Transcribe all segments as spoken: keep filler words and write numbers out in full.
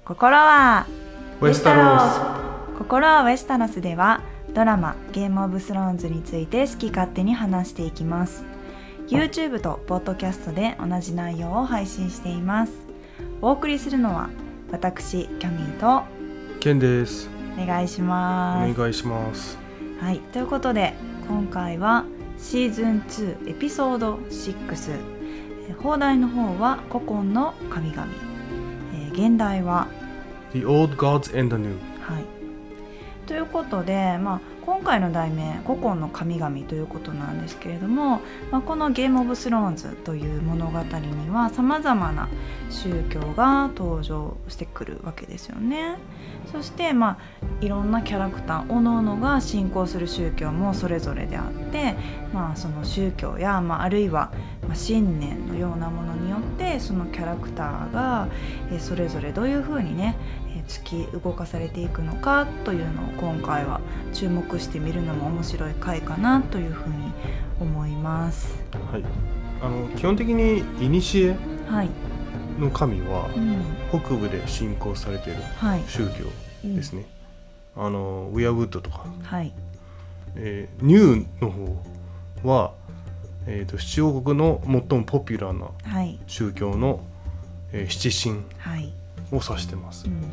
心はウェスタロス。 心はウェスタロスではドラマゲームオブスローンズについて好き勝手に話していきます。 YouTube とポッドキャストで同じ内容を配信しています。お送りするのは私キャミーとケンです。 お願いします。 お願いします。 はい、ということで今回はシーズンツーエピソードろく、放題の方は古今の神々、えー、現代は The Old Gods and the New。 はい、ということで、まあ、今回の題名古今の神々ということなんですけれども、まあ、このゲームオブスローンズという物語にはさまざまな宗教が登場してくるわけですよね。そして、まあ、いろんなキャラクターおのおのが信仰する宗教もそれぞれであって、まあ、その宗教や、まあ、あるいは信念のようなものによってそのキャラクターがえそれぞれどういうふうにね突き動かされていくのかというのを今回は注目してみるのも面白い回かなというふうに思います。 はい、あの基本的に古はいの神はうん北部で信仰されているはい宗教ですね。うん、あのウィアウッドとか、 はいえーニューの方は、えー、と七王国の最もポピュラーなはい宗教の、えー七神はいを指してます。 うん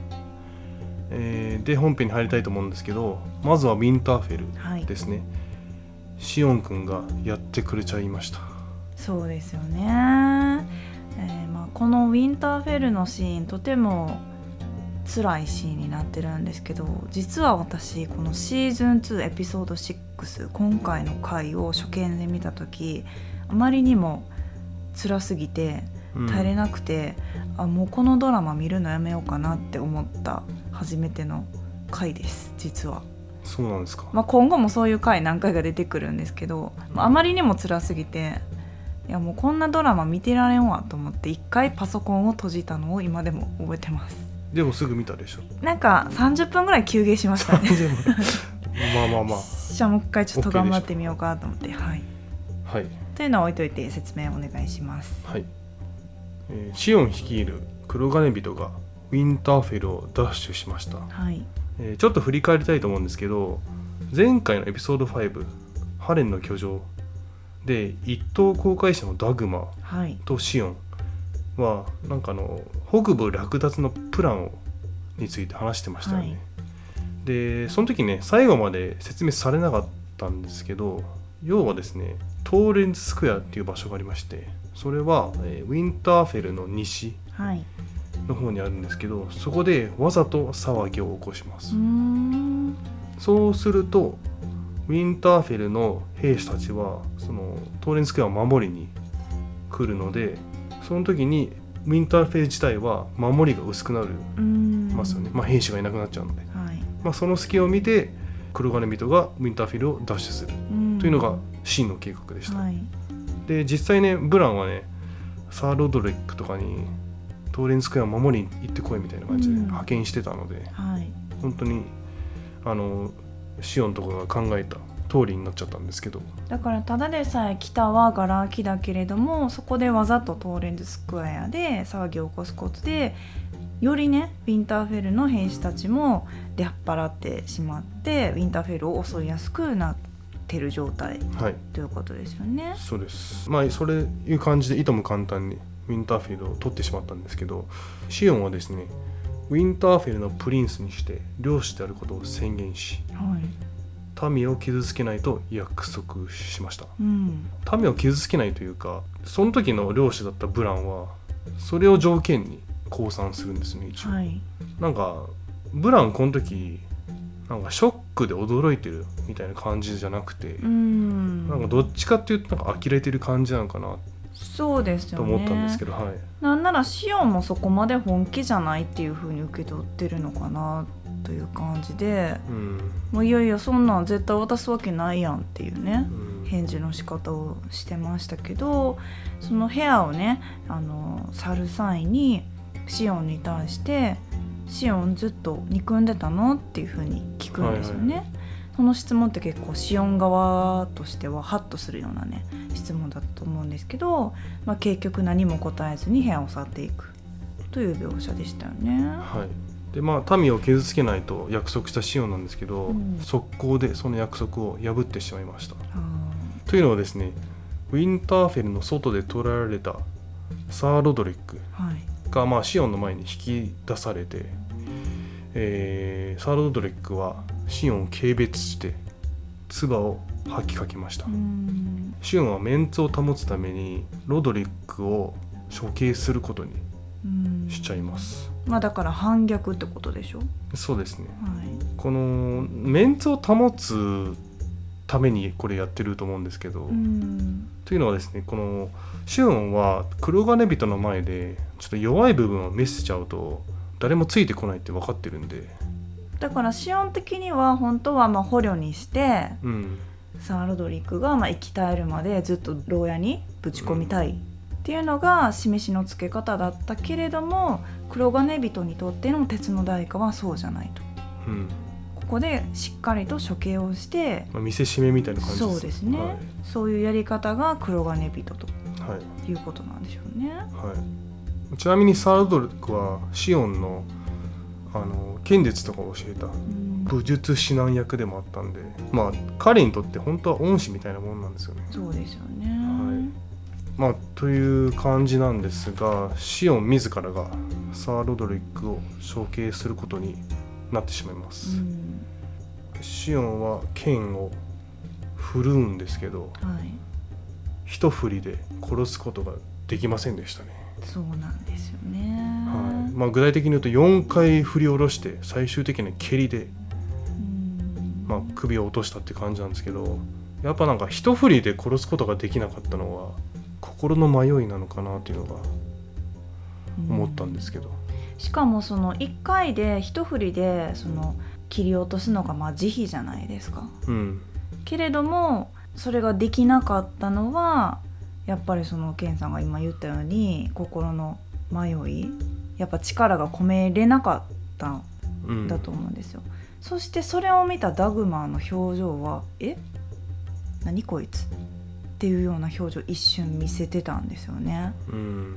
えーで本編に入りたいと思うんですけど、まずはウィンターフェはいルですね。シオンくんがやってくれちゃいました。 そうですよね。えーまあ、このウィンターフェルのシーンとても辛いシーンになってるんですけど、実は私このシーズンツーエピソードろく今回の回を初見で見た時あまりにも辛すぎて耐えれなくて、うん、あもうこのドラマ見るのやめようかなって思った初めての回です実は。 そうなんですか。 まあ、今後もそういう回何回か出てくるんですけど、まあ、あまりにも辛すぎていやもうこんなドラマ見てられんわと思って一回パソコンを閉じたのを今でも覚えてます。 でもすぐ見たでしょ。 なんかさんじゅっぷんぐらい休憩しましたねまあまあまあじゃあもう一回ちょっと頑張ってみようかと思って、はい、 はい、 というのを置いといて説明お願いします。 はい。えーシオン率いる黒金人がウィンターフェルを奪取しました。 はいえーちょっと振り返りたいと思うんですけど、前回のエピソードごハレンの居城で一等航海士のダグマはいとシオンはなんかあの北部略奪のプランをについて話してましたよね。 はい、 でその時ね最後まで説明されなかったんですけど、要はですねトーレンズスクエアっていう場所がありまして、それは、えーウィンターフェルの西はいの方にあるんですけど、そこでわざと騒ぎを起こします。 うーんそうするとウィンターフェルの兵士たちはそのトーレンズスクエアを守りに来るので、その時にウィンターフェル自体は守りが薄くなりうーんますよね。まあ、兵士がいなくなっちゃうので、 はいまあ、その隙を見て黒金人がウィンターフェルを奪取するというのが真の計画でした。 はいで実際ねブランはねサーロドレックとかにトーレンズスクエアを守りに行ってこいみたいな感じで派遣してたので、 はい本当にあのシオンとかが考えた通りになっちゃったんですけど、 だからただでさえ北はガラ空きだけれども、そこでわざとトーレンズスクエアで騒ぎを起こすことでよりねウィンターフェルの兵士たちも出っ払ってしまってウィンターフェルを襲いやすくなってる状態はい、 ということですよね。 そうです。まあそれいう感じでいとも簡単にウィンターフェルを取ってしまったんですけど、シオンはですねウィンターフェルのプリンスにして領主であることを宣言し、 はい民を傷つけないと約束しました。 うん民を傷つけないというか、その時の領主だったブランはそれを条件に降参するんですね一応。 はいなんかブランこの時なんかショックで驚いてるみたいな感じじゃなくて、 うんなんかどっちかっていうとなんか呆れてる感じなのかなそうですよねと思ったんですけど、はい、 なんならシオンもそこまで本気じゃないっていう風に受け取ってるのかなという感じで、 うんもういやいやそんなん絶対渡すわけないやんっていうね、 うん返事の仕方をしてましたけど、その部屋をねあの去る際にシオンに対してシオンずっと憎んでたのっていう風に聞くんですよね、はいはい、その質問って結構シオン側としてはハッとするようなね質問だと思うんですけど、まあ、結局何も答えずに部屋を去っていくという描写でしたよね。 はいでまあ、民を傷つけないと約束したシオンなんですけど、うん、速攻でその約束を破ってしまいました。というのはですね、ウィンターフェルの外で捕らえられたサー・ロドリックが、はいまあ、シオンの前に引き出されて、えー、サー・ロドリックはシオンを軽蔑して唾を吐きかけました。うん、シオンはメンツを保つためにロドリックを処刑することにしちゃいます。 まあ、だから反逆ってことでしょ。 そうですね、はい、このメンツを保つためにこれやってると思うんですけど、うんというのはですね、このシオンは黒金人の前でちょっと弱い部分を見せちゃうと誰もついてこないって分かってるんで、 だからシオン的には本当はまあ捕虜にして、うん、サー・ロドリックがまあ生き絶えるまでずっと牢屋にぶち込みたい、うんっていうのが示しのつけ方だったけれども、黒金人にとっての鉄の代価はそうじゃないと、うん、ここでしっかりと処刑をして、 まあ、見せしめみたいな感じです。 そうですね、はい、そういうやり方が黒金人ということなんでしょうね、はいはい、ちなみにサー・ロドリックはシオンの、あの剣術とかを教えた武術指南役でもあったんで、まあ彼にとって本当は恩師みたいなもんなんですよね。 そうですよね、 はいまあ、という感じなんですが、シオン自らがサー・ロドリックを処刑することになってしまいます、うん、シオンは剣を振るうんですけど、はい、一振りで殺すことができませんでしたね。 そうなんですよね、 はいまあ、具体的に言うとよんかい振り下ろして最終的に蹴りで、うんまあ、首を落としたって感じなんですけど、やっぱなんか一振りで殺すことができなかったのは心の迷いなのかなというのが思ったんですけど、 うん、しかもそのいっかいで一振りでその切り落とすのがまあ慈悲じゃないですか、うん、けれどもそれができなかったのはやっぱりそのケンさんが今言ったように心の迷い、やっぱ力が込めれなかったんだと思うんですよ、うん、そしてそれを見たダグマーの表情はえ何こいつっていうような表情一瞬見せてたんですよね、うん、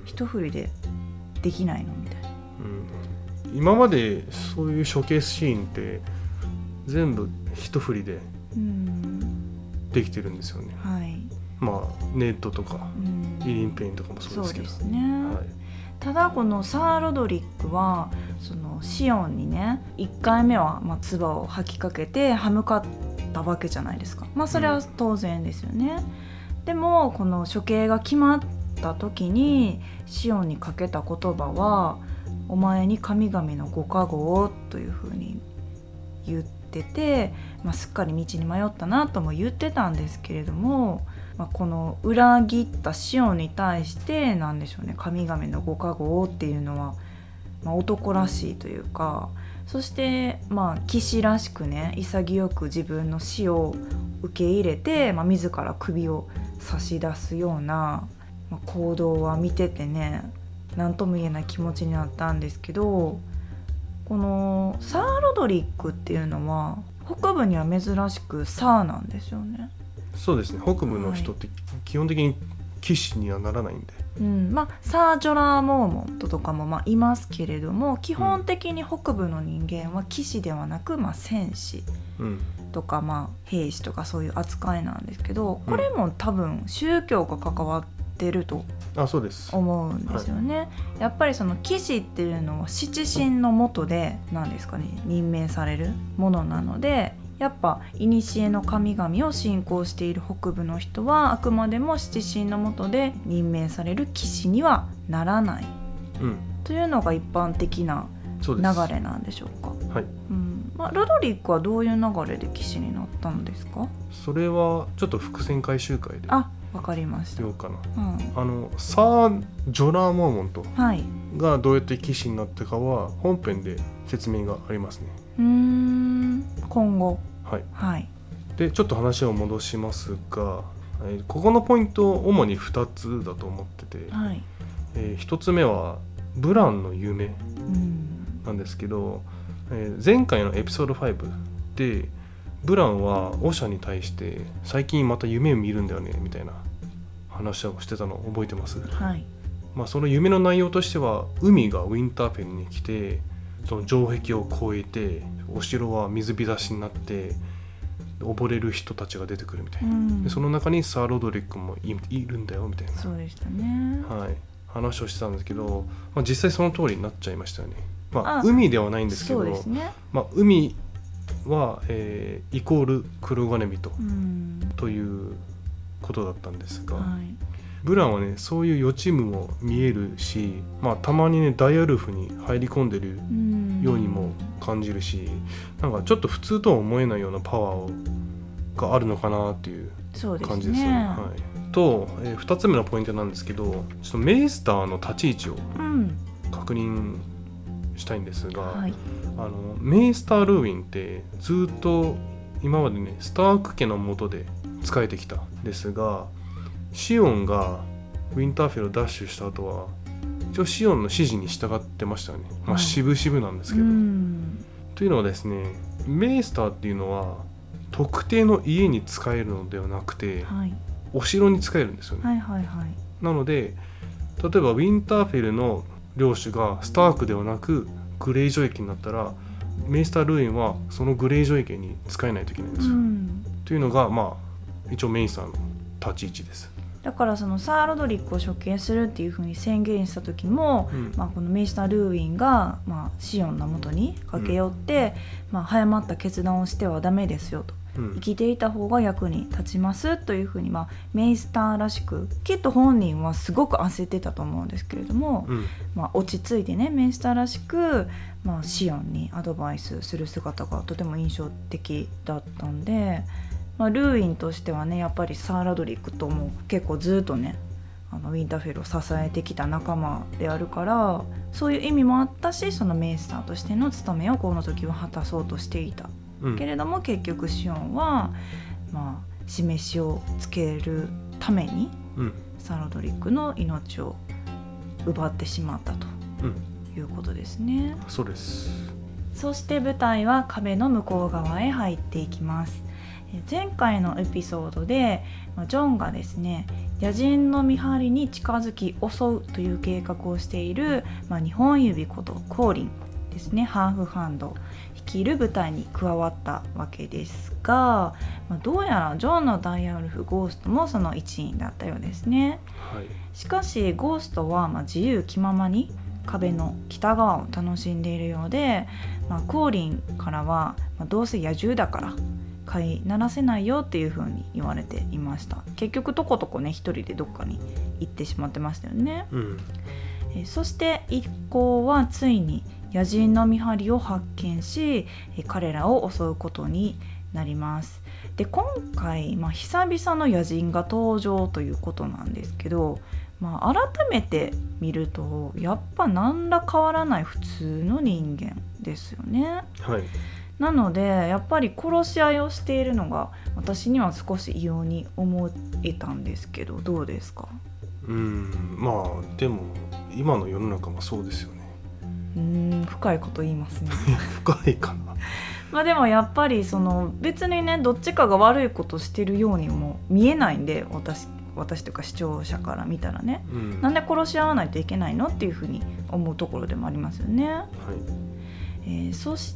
一振りでできないのみたいな、 うん、今までそういう処刑シーンって全部一振りでできてるんですよね、うんはい、まあネットとか、うん、イリン・ペインとかもそうですけど、 そうですね、はい、ただこのサー・ロドリックはそのシオンにねいっかいめはまあ唾を吐きかけて歯向かったわけじゃないですか。まあそれは当然ですよね、うん、でもこの処刑が決まった時にシオンにかけた言葉はお前に神々のご加護をというふうに言ってて、まあ、すっかり道に迷ったなとも言ってたんですけれども、まあ、この裏切ったシオンに対してなんでしょうね、神々のご加護をっていうのは、まあ、男らしいというか、そしてまあ騎士らしくね潔く自分の死を受け入れて、まあ、自ら首を差し出すような、まあ、行動は見ててね何とも言えない気持ちになったんですけど、このサー・ロドリックっていうのは北部には珍しくサーなんですよね。 そうですね、北部の人って基本的に騎士にはならないんで、 はいうんまあ、サー・ジョラー・モーモントとかもまあいますけれども、基本的に北部の人間は騎士ではなく、まあ、戦士とか、まあ、兵士とかそういう扱いなんですけど、これも多分宗教が関わってると思うんですよね。やっぱりその騎士っていうのは七神の下で何ですかね任命されるものなので、やっぱ古の神々を信仰している北部の人はあくまでも七神の下で任命される騎士にはならない、うん、というのが一般的な流れなんでしょうか。はいうんまあ、ロドリックはどういう流れで騎士になったんですか？ それはちょっと伏線回収会であわかりました。 ようかな、うん、あのサー・ジョラー・モーモントがどうやって騎士になったかは本編で説明がありますね。 うーん今後はい、はい、でちょっと話を戻しますが、えー、ここのポイント主にふたつだと思ってて、はいえー、ひとつめはブランの夢なんですけど、えー、前回のエピソードごでブランはオシャに対して最近また夢を見るんだよねみたいな話をしてたの覚えてます？ はいまあ、その夢の内容としては海がウィンターフェルに来てその城壁を越えてお城は水浸しになって溺れる人たちが出てくるみたいな、うん、でその中にサー・ロドリックも い, いるんだよみたいなそうでしたね、 はい、話をしてたんですけど、まあ、実際その通りになっちゃいましたよね。まあ、あ海ではないんですけど、 そうですね、 まあ、海は、えー、イコール黒金人、うん、ということだったんですが、はい、ブランはねそういう予知夢も見えるし、まあ、たまにねダイアルフに入り込んでるようにも感じるし、なんかちょっと普通とは思えないようなパワーをがあるのかなっていう感じですよね。はい、と、えー、ふたつめのポイントなんですけど、ちょっとメイスターの立ち位置を確認したいんですが、うんはい、あのメイスター・ルーウィンってずっと今までねスターク家の下で仕えてきたんですが、シオンがウィンターフェルを奪取した後は一応シオンの指示に従ってましたよね、まあ、渋々なんですけど、はい、というのはですね、メイスターっていうのは特定の家に仕えるのではなくて、はい、お城に仕えるんですよね、はいはいはい、なので例えばウィンターフェルの領主がスタークではなくグレイジョ駅になったらメイスター・ルーインはそのグレイジョ駅に仕えないといけないんですよ、うん、というのがまあ一応メイスターの立ち位置です。 だからそのサー・ロドリックを処刑するっていう風に宣言した時も、うんまあ、このメイスター・ルーウィンが、まあ、シオンの元に駆け寄って、うんまあ、早まった決断をしてはダメですよと、うん、生きていた方が役に立ちますという風に、まあ、メイスターらしくきっと本人はすごく焦ってたと思うんですけれども、うんまあ、落ち着いてねメイスターらしく、まあ、シオンにアドバイスする姿がとても印象的だったんで、まあ、ルーインとしてはねやっぱりサー・ラドリックとも結構ずっとねあのウィンターフェルを支えてきた仲間であるからそういう意味もあったし、そのメイスターとしての務めをこの時は果たそうとしていた、うん、けれども結局シオンは、まあ、示しをつけるために、うん、サー・ラドリックの命を奪ってしまったということですね、 うん、そうです。 そして舞台は壁の向こう側へ入っていきます。前回のエピソードでジョンがですね野人の見張りに近づき襲うという計画をしている、まあ、日本指ことコーリンですね、ハーフハンド率いる部隊に加わったわけですが、まあ、どうやらジョンのダイアルフゴーストもその一員だったようですね、はい、しかしゴーストはまあ自由気ままに壁の北側を楽しんでいるようで、まあ、コーリンからは、まあ、どうせ野獣だから飼いならせないよっていう風に言われていました。結局とことこね一人でどっかに行ってしまってましたよね、うんえそして一行はついに野人の見張りを発見し彼らを襲うことになります。で今回、まあ、久々の野人が登場ということなんですけど、まあ、改めて見るとやっぱ何ら変わらない普通の人間ですよね、はい、なのでやっぱり殺し合いをしているのが私には少し異様に思えたんですけど、どうですか？ うーんまあでも今の世の中もそうですよね。 うーん深いこと言いますね深いかなまあでもやっぱりその別にねどっちかが悪いことしてるようにも見えないんで、私私というか視聴者から見たらね、うん、なんで殺し合わないといけないのっていうふうに思うところでもありますよね、はいえー、そして、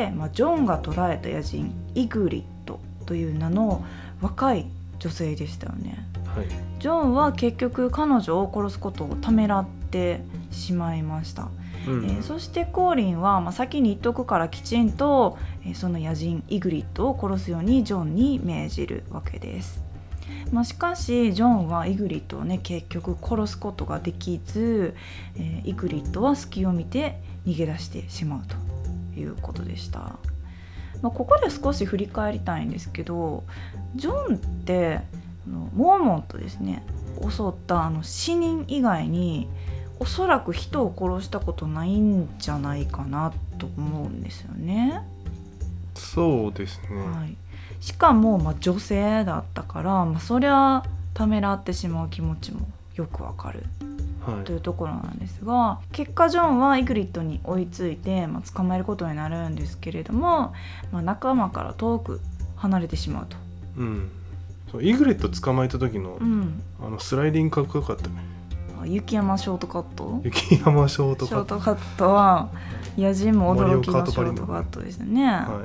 まあ、ジョンが捕らえた野人イグリットという名の若い女性でしたよね、はい、ジョンは結局彼女を殺すことをためらってしまいました、うんえー、そしてコーリンは、まあ、先に言っとくからきちんと、えー、その野人イグリットを殺すようにジョンに命じるわけです。まあ、しかしジョンはイグリットをね結局殺すことができず、えー、イグリットは隙を見て逃げ出してしまうということでした。まあ、ここで少し振り返りたいんですけど、ジョンってあのモーモンとですね襲ったあの死人以外におそらく人を殺したことないんじゃないかなと思うんですよね。 そうですね、 はい、しかもまあ女性だったから、まあ、そりゃためらってしまう気持ちもよくわかる、はい、というところなんですが、結果ジョンはイグリットに追いついて、まあ、捕まえることになるんですけれども、まあ、仲間から遠く離れてしまうと、 うん、そうイグリット捕まえた時の、うん、あのスライディングかっこよかったね。 か雪山ショートカット雪山ショートカットショートカットは野人も驚きのショートカットでしたね、 はい、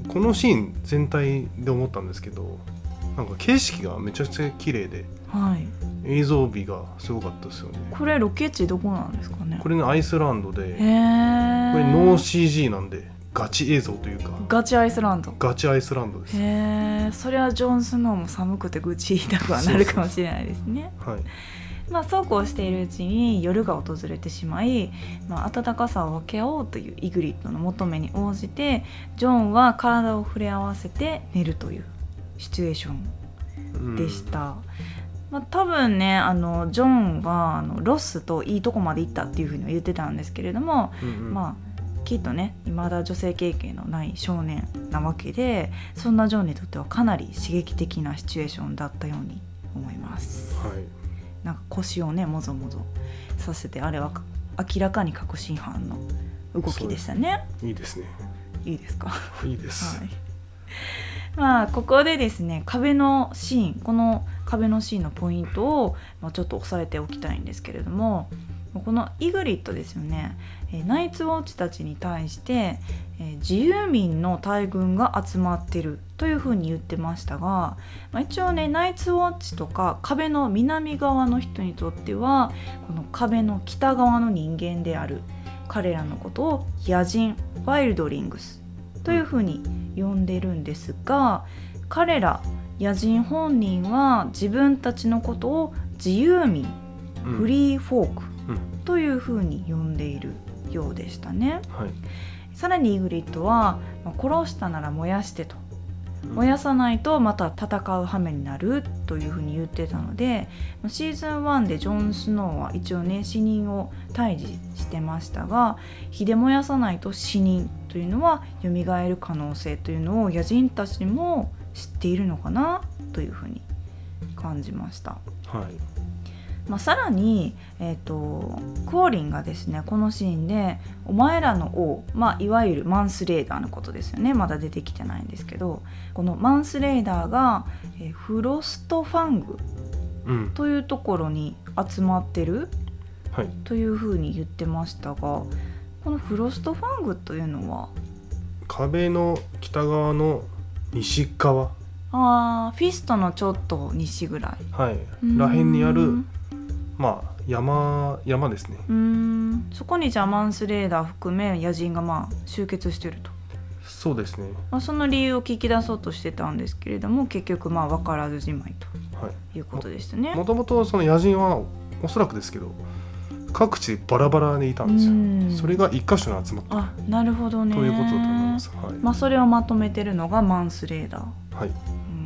このシーン全体で思ったんですけど、なんか景色がめちゃくちゃ綺麗で、 はい、 映像美がすごかったですよね。 これロケ地どこなんですかね。 これねアイスランドで、 へー、 これノー シージー なんでガチ映像というかガチアイスランド。 ガチアイスランドです。 へー、それはジョン・スノーも寒くて愚痴言いたくはなるかもしれないですね。 はい、 まあ、そうこうしているうちに夜が訪れてしまい、まあ、暖かさを分け合おうというイグリッドの求めに応じてジョンは体を触れ合わせて寝るというシチュエーションでした、まあ、多分ねあのジョンはあのロスといいとこまで行ったっていうふうには言ってたんですけれども、 うんうん、 まあきっとね未だ女性経験のない少年なわけで、そんなジョンにとってはかなり刺激的なシチュエーションだったように思います、 はい、 なんか腰をねもぞもぞさせて、あれは明らかに確信犯の動きでしたね。 いいですね。 いいですか。 いいです、 はい、まあここでですね壁のシーン、この壁のシーンのポイントを、まあ、ちょっと押さえておきたいんですけれども、このイグリッドですよね、ナイツウォッチたちに対して自由民の大軍が集まってるというふうに言ってましたが、まあ、一応ねナイツウォッチとか壁の南側の人にとってはこの壁の北側の人間である彼らのことを野人ワイルドリングスというふうに呼んでるんですが、彼ら野人本人は自分たちのことを自由民、うん、フリーフォークというふうに呼んでいるようでしたね、はい、さらにイグリッドは、まあ、殺したなら燃やしてと、燃やさないとまた戦う羽目になるというふうに言ってたので、シーズンワンでジョン・スノーは一応ね死人を退治してましたが、火で燃やさないと死人というのは蘇る可能性というのを野人たちも知っているのかなというふうに感じました、はい。まあ、さらに、えーと、クオリンがですねこのシーンでお前らの王、まあ、いわゆるマンスレーダーのことですよね、まだ出てきてないんですけど、このマンスレーダーが、えー、フロストファングというところに集まってる、うん、というふうに言ってましたが、このフロストファングというのは壁の北側の西側、 あーフィストのちょっと西ぐらい、 はい、らへんにあるまあ、山, 山ですね。 うーん、そこにじゃあマンスレーダー含め野人がまあ集結してると。 そうですね、 まあ、その理由を聞き出そうとしてたんですけれども結局まあ分からずじまいということでしたね、はい、 も, もともとその野人はおそらくですけど各地バラバラにいたんですよ。それが一箇所に集まった、 あ、なるほどね、 ということだと思います、はい。 まあ、それをまとめてるのがマンスレーダー、 はい。うん、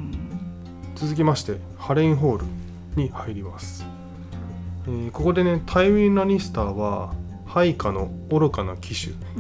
続きましてハレンホールに入ります。えー、ここでねタイウィン・ラニスターは配下の愚かな騎手、うん、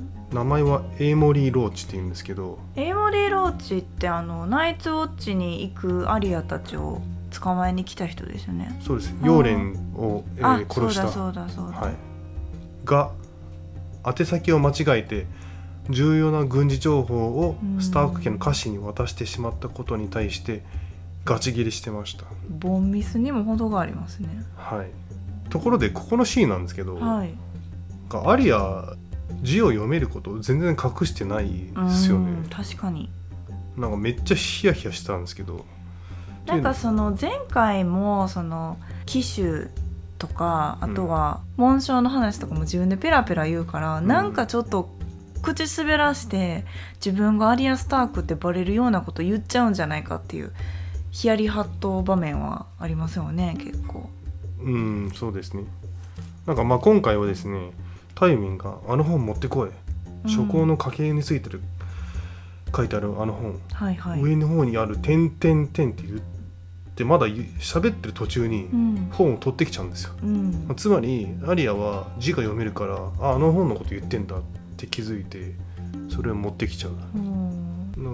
名前はエイモリー・ローチって言うんですけど、 エイモリー・ローチってあのナイツウォッチに行くアリアたちを捕まえに来た人ですよね。 そうです、ヨーレンを、えー、殺した、 そうだそうだそうだ、 はい、が宛先を間違えて重要な軍事情報をスターク家の家臣に渡してしまったことに対してガチギレしてました。 ボンミスにも程がありますね。 はい。ところでここのシーンなんですけど、はい、アリア字を読めることを全然隠してないですよね。 確かに。 なんかめっちゃヒヤヒヤしてたんですけど。 なんかその前回もその騎手とかあとは紋章の話とかも自分でペラペラ言うから、うん、なんかちょっと口滑らして自分がアリア・スタークってバレるようなこと言っちゃうんじゃないかっていうヒヤリハット場面はありますよね結構。 うん、そうですね。なんかまあ今回はですねタイミンがあの本持ってこい、うん、書庫の家系についてる書いてあるあの本、はいはい、上の方にある点点点って言ってまだ喋ってる途中に本を取ってきちゃうんですよ、うん、つまりアリアは字が読めるからあ、あの本のこと言ってんだって気づいてそれを持ってきちゃう、うん、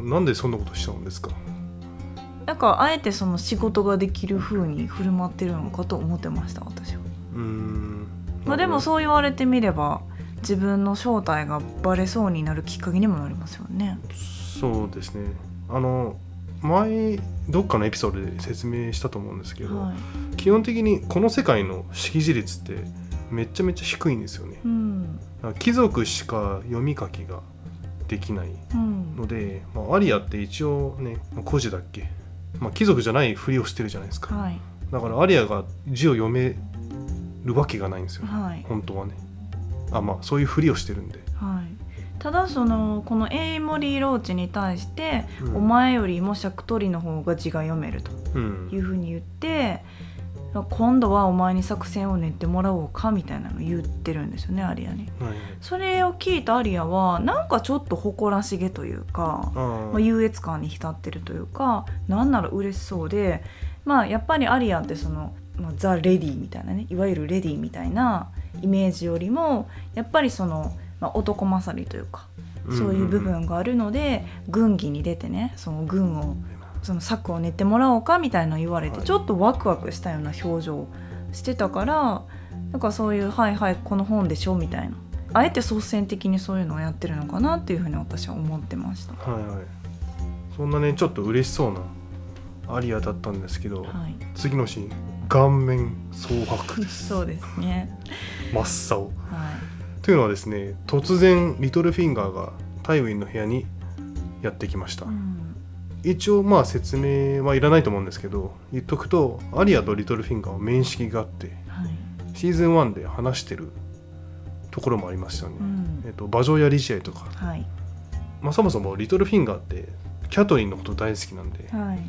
な, なんでそんなことしちゃうんですか。 なんかあえてその仕事ができる風に振る舞ってるのかと思ってました私は。うーん、まあ、でもそう言われてみれば自分の正体がバレそうになるきっかけにもなりますよね。 そうですね。あの前どっかのエピソードで説明したと思うんですけど、 はい、 基本的にこの世界の識字率ってめちゃめちゃ低いんですよね、 うん、 だから貴族しか読み書きができないので、うんまあ、アリアって一応ね孤児だっけ、まあ、貴族じゃないふりをしてるじゃないですか、 はい、 だからアリアが字を読めるわけがないんですよ、 はい、 本当はね。あまあそういうふりをしてるんで、 はい、ただそのこのエイモリー・ローチに対して、うん、お前よりもシャクトリの方が字が読めるというふうに言って、うん、今度はお前に作戦を練ってもらおうかみたいなのを言ってるんですよね、アリアに、はい、それを聞いたアリアはなんかちょっと誇らしげというか、まあ、優越感に浸ってるというか、なんなら嬉しそうで、まあ、やっぱりアリアってその、まあ、ザ・レディみたいなね、いわゆるレディみたいなイメージよりもやっぱりその、まあ、男勝りというかそういう部分があるので、うんうんうん、軍議に出てね、その軍をその策を練ってもらおうかみたいな言われて、はい、ちょっとワクワクしたような表情してたから、なんかそういうはいはいこの本でしょみたいな、あえて率先的にそういうのをやってるのかなっていうふうに私は思ってました。 はいはい、そんなねちょっと嬉しそうなアリアだったんですけど、はい、次のシーン顔面蒼白ですそうですね真っ青、 はい、 というのはですね、突然リトルフィンガーがタイウィンの部屋にやってきました、うん、一応まあ説明はいらないと思うんですけど言っとくと、アリアとリトルフィンガーは面識があって、はい、シーズンワンで話してるところもありましたよね、うんえっと、馬上やり試合とか、はいまあ、そもそもリトルフィンガーってキャトリンのこと大好きなんで、はい、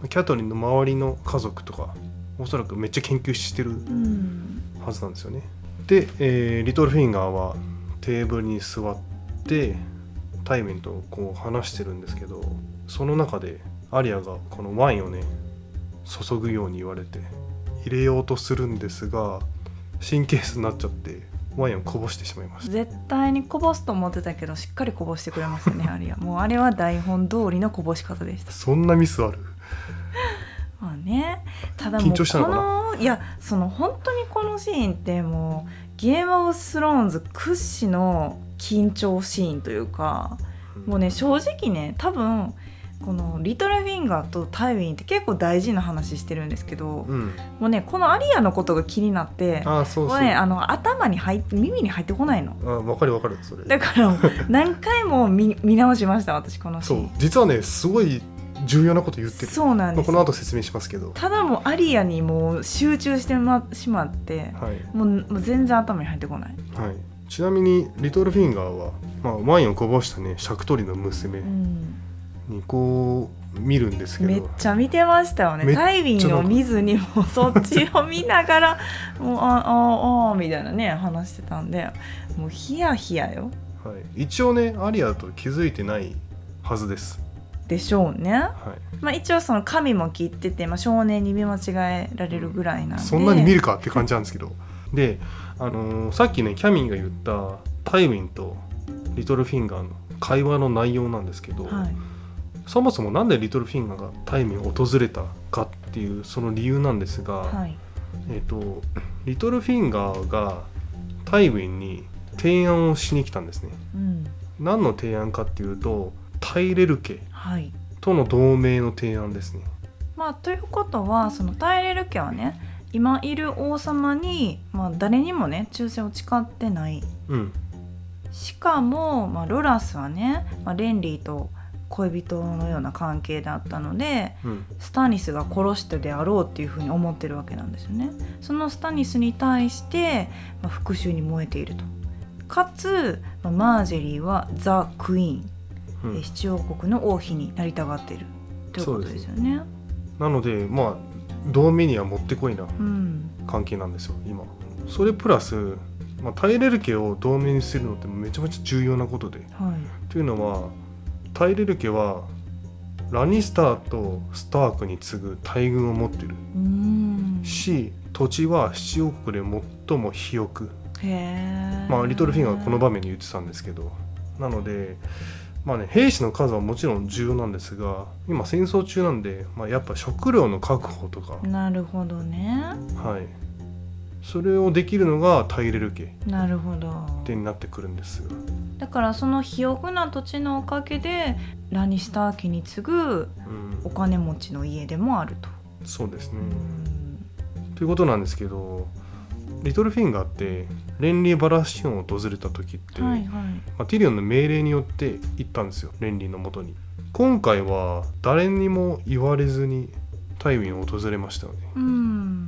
キャトリンの周りの家族とかおそらくめっちゃ研究してるはずなんですよね、うん、で、えー、リトルフィンガーはテーブルに座ってタイウィンとこう話してるんですけど、その中でアリアがこのワインをね注ぐように言われて入れようとするんですが、神経質になっちゃってワインをこぼしてしまいました。 絶対にこぼすと思ってたけどしっかりこぼしてくれましたねアリア。もうあれは台本通りのこぼし方でした。 そんなミスあるまあね、ただもうこのいやその本当にこのシーンってもうゲームオブスローンズ屈指の緊張シーンというか、うん、もうね正直ね多分このリトルフィンガーとタイウィンって結構大事な話してるんですけど、うん、もうねこのアリアのことが気になってあそうそう、 もうね、あの頭に入って耳に入ってこないの。 あ分かる分かるそれだから何回も 見, 見直しました私このシーン。 そう実はねすごい重要なこと言ってる。 そうなんです、 まあ、この後説明しますけど、 ただもうアリアにもう集中してしまって、はい、も, うもう全然頭に入ってこない、 はい、ちなみにリトルフィンガーは、まあ、ワインをこぼしたねシャクトリの娘にこう見るんですけど、 めっちゃ見てましたよね。タイウィンを見ずにもうそっちを見ながらもうあああみたいなね話してたんで、もうヒヤヒヤよ、 はい、一応ねアリアと気づいてないはずですでしょうね、はいまあ、一応その髪も切ってて、まあ、少年に見間違えられるぐらいなんで、うん、 そんなに見るかって感じなんですけどで、あのー、さっきねキャミーが言ったタイウィンとリトルフィンガーの会話の内容なんですけど、はい、そもそもなんでリトルフィンガーがタイウィンを訪れたかっていうその理由なんですが、はいえーと、リトルフィンガーがタイウィンに提案をしに来たんですね、うん、何の提案かっていうとタイレル家との同盟の提案ですね、はいまあ、ということはそのタイレル家はね今いる王様に、まあ、誰にもね忠誠を誓ってない、うん、しかも、まあ、ロラスはね、まあ、レンリーと恋人のような関係だったので、うん、スタニスが殺したであろうっていうふうに思ってるわけなんですよね。そのスタニスに対して、まあ、復讐に燃えていると。かつ、まあ、マージェリーはザ・クイーンうん、七王国の王妃になりたがっているということですよね。 なのでまあ同盟にはもってこいな関係なんですよ、うん、今それプラス、まあ、タイレル家を同盟にするのってめちゃめちゃ重要なことで、はい、というのはタイレル家はラニスターとスタークに次ぐ大軍を持ってるし、土地は七王国で最も肥沃。へー、まあ、リトルフィンガーはこの場面に言ってたんですけど、なのでまあね、兵士の数はもちろん重要なんですが今戦争中なんで、まあ、やっぱ食料の確保とかなるほどね、 はい、っそれをできるのがタイレル家なるほどってなってくるんですよ。 だからその肥沃な土地のおかげでラニスター家に次ぐお金持ちの家でもあると、 うん、そうですね、 うん、 ということなんですけど、リトルフィンガーってレンリー・バラシオンを訪れた時って、 はいはい、 まあ、ティリオンの命令によって行ったんですよ、レンリーの元に。今回は誰にも言われずにタイウィンを訪れましたよね、 うん、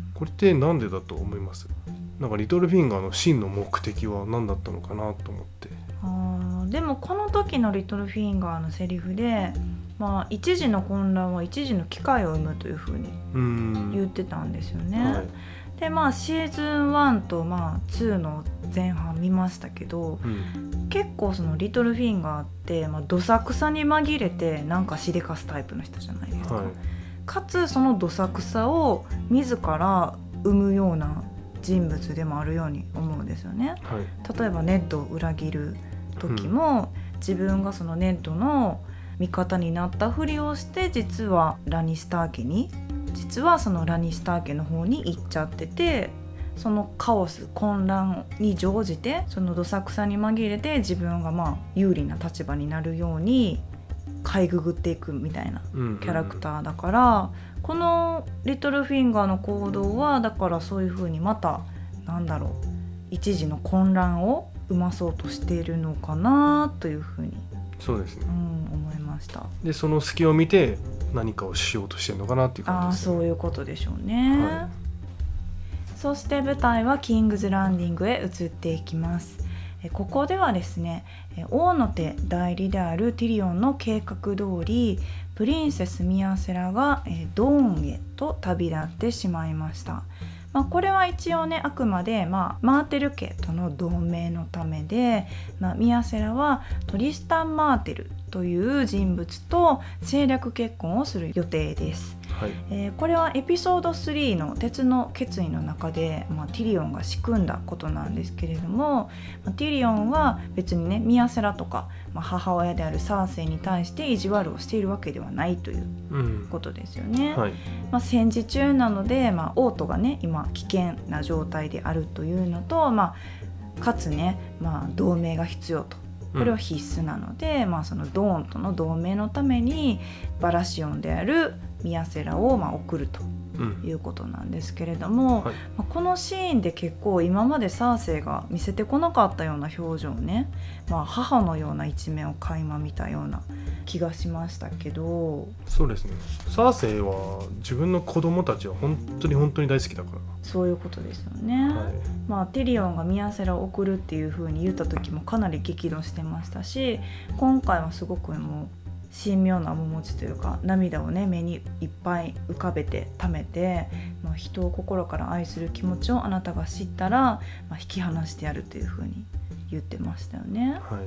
これってなんでだと思います？なんかリトルフィンガーの真の目的は何だったのかなと思って。 あでもこの時のリトルフィンガーのセリフで、まあ、一時の混乱は一時の機会を生むというふうに言ってたんですよね、はい、でまあシーズンワンとまあツーの前半見ましたけど、うん、結構そのリトルフィンガーって、まあ、どさくさに紛れてなんかしでかすタイプの人じゃないですか、はい、かつそのどさくさを自ら生むような人物でもあるように思うんですよね、はい、例えばネッドを裏切る時も、うん、自分がそのネッドの味方になったふりをして実はラニスター家に実はそのラニスター家の方に行っちゃってて、そのカオス混乱に乗じてそのどさくさに紛れて自分がまあ有利な立場になるようにかいぐぐっていくみたいなキャラクターだから、うんうん、このリトルフィンガーの行動はだからそういう風にまたなんだろう一時の混乱を生まそうとしているのかなという風にそうですね、 うん、思いました。 でその隙を見て何かをしようとしてるのかなっていう感じですね。 あ、そういうことでしょうね、はい、そして舞台はキングズランディングへ移っていきます。ここではですね、王の手代理であるティリオンの計画通りプリンセスミアセラがドーンへと旅立ってしまいました。まあ、これは一応ねあくまで、まあ、マーテル家との同盟のためで、まあ、ミアセラはトリスタン・マーテルという人物と政略結婚をする予定です、はい、えー、これはエピソードスリーの鉄の決意の中で、まあ、ティリオンが仕組んだことなんですけれども、まあ、ティリオンは別にねミアセラとか、まあ、母親であるサーセイに対して意地悪をしているわけではないということですよね、うん、はい、まあ、戦時中なので、まあ、王都がね今危険な状態であるというのと、まあ、かつね、まあ、同盟が必要と、これは必須なので、うん、まあ、そのドーンとの同盟のためにバラシオンであるミアセラをまあ送るということなんですけれども、うん、はい、まあ、このシーンで結構今までサーセイが見せてこなかったような表情をね、まあ、母のような一面を垣間見たような気がしましたけど。 そうですね、サーセイは自分の子供たちは本当に本当に大好きだから。 そういうことですよね、はい、まあ、ティリオンがミアセラを送るっていう風に言った時もかなり激怒してましたし、今回はすごくもう神妙な面持ちというか涙をね目にいっぱい浮かべて溜めて、まあ、人を心から愛する気持ちをあなたが知ったら、まあ、引き離してやるという風に言ってましたよね、はい、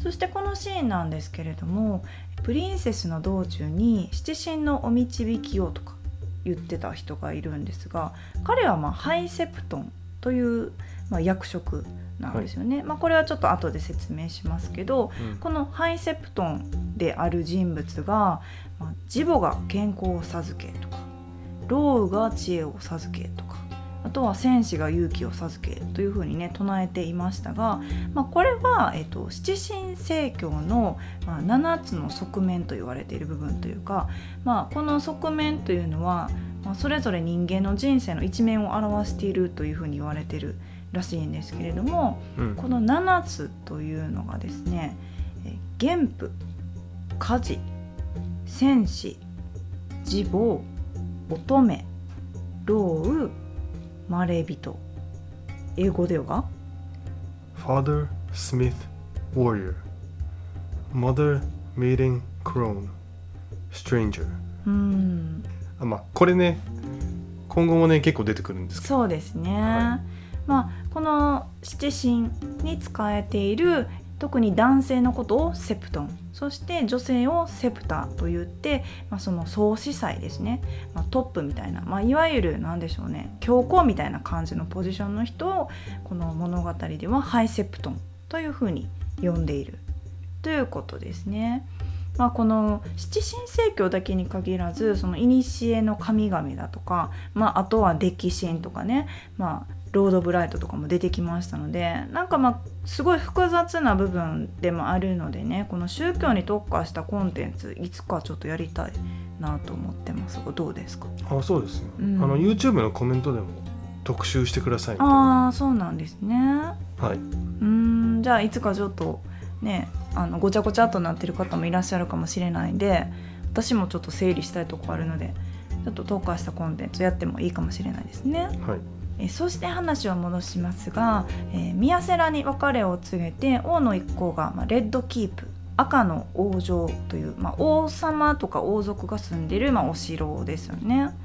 そしてこのシーンなんですけれども、プリンセスの道中に七神のお導きをとか言ってた人がいるんですが、彼はまあハイセプトンという、まあ、役職なんですよね、はい、まあ、これはちょっと後で説明しますけど、うん、このハイセプトンである人物が、まあ、慈母が健康を授けとか、老夫が知恵を授けとか、あとは戦士が勇気を授けというふうにね唱えていましたが、まあ、これは、えっと、七神聖教の、まあ、ななつの側面と言われている部分というか、まあ、この側面というのは、まあ、それぞれ人間の人生の一面を表しているというふうに言われているらしいんですけれども、うん、このななつというのがですね、元父、家事、戦士、慈母、乙女、老夫、マレ人、英語では Father, Smith, Warrior, Mother, Maiden, Crone, Stranger。 うん、あ、まあこれね今後もね結構出てくるんですけど。 そうですね、はい、まあ、この七神に仕えている特に男性のことをセプトン、そして女性をセプタと言って、まあ、その総司祭ですね、まあ、トップみたいな、まあ、いわゆる何でしょうね、教皇みたいな感じのポジションの人をこの物語ではハイセプトンというふうに呼んでいるということですね。まあ、この七神聖教だけに限らず、その古の神々だとか、まあ、あとは歴神とかね、まあ、 ロード・オブ・ライトとかも出てきましたので、なんかまあすごい複雑な部分でもあるのでね、この宗教に特化したコンテンツいつかちょっとやりたいなと思ってますが、どうですか？ あ、そうですね、 うん、 あの YouTube のコメントでも特集してくださいみたいな。 ああ、そうなんですね。 はい。 うーん、じゃあいつかちょっとね、あのごちゃごちゃっとなってる方もいらっしゃるかもしれないんで、私もちょっと整理したいとこあるので、ちょっと特化したコンテンツやってもいいかもしれないですね。 はい。 えそして話を戻しますが、えー、宮世良に別れを告げて王の一行が、まあ、レッドキープ、赤の王城という、まあ、王様とか王族が住んでいる、まあ、お城ですよね、はい、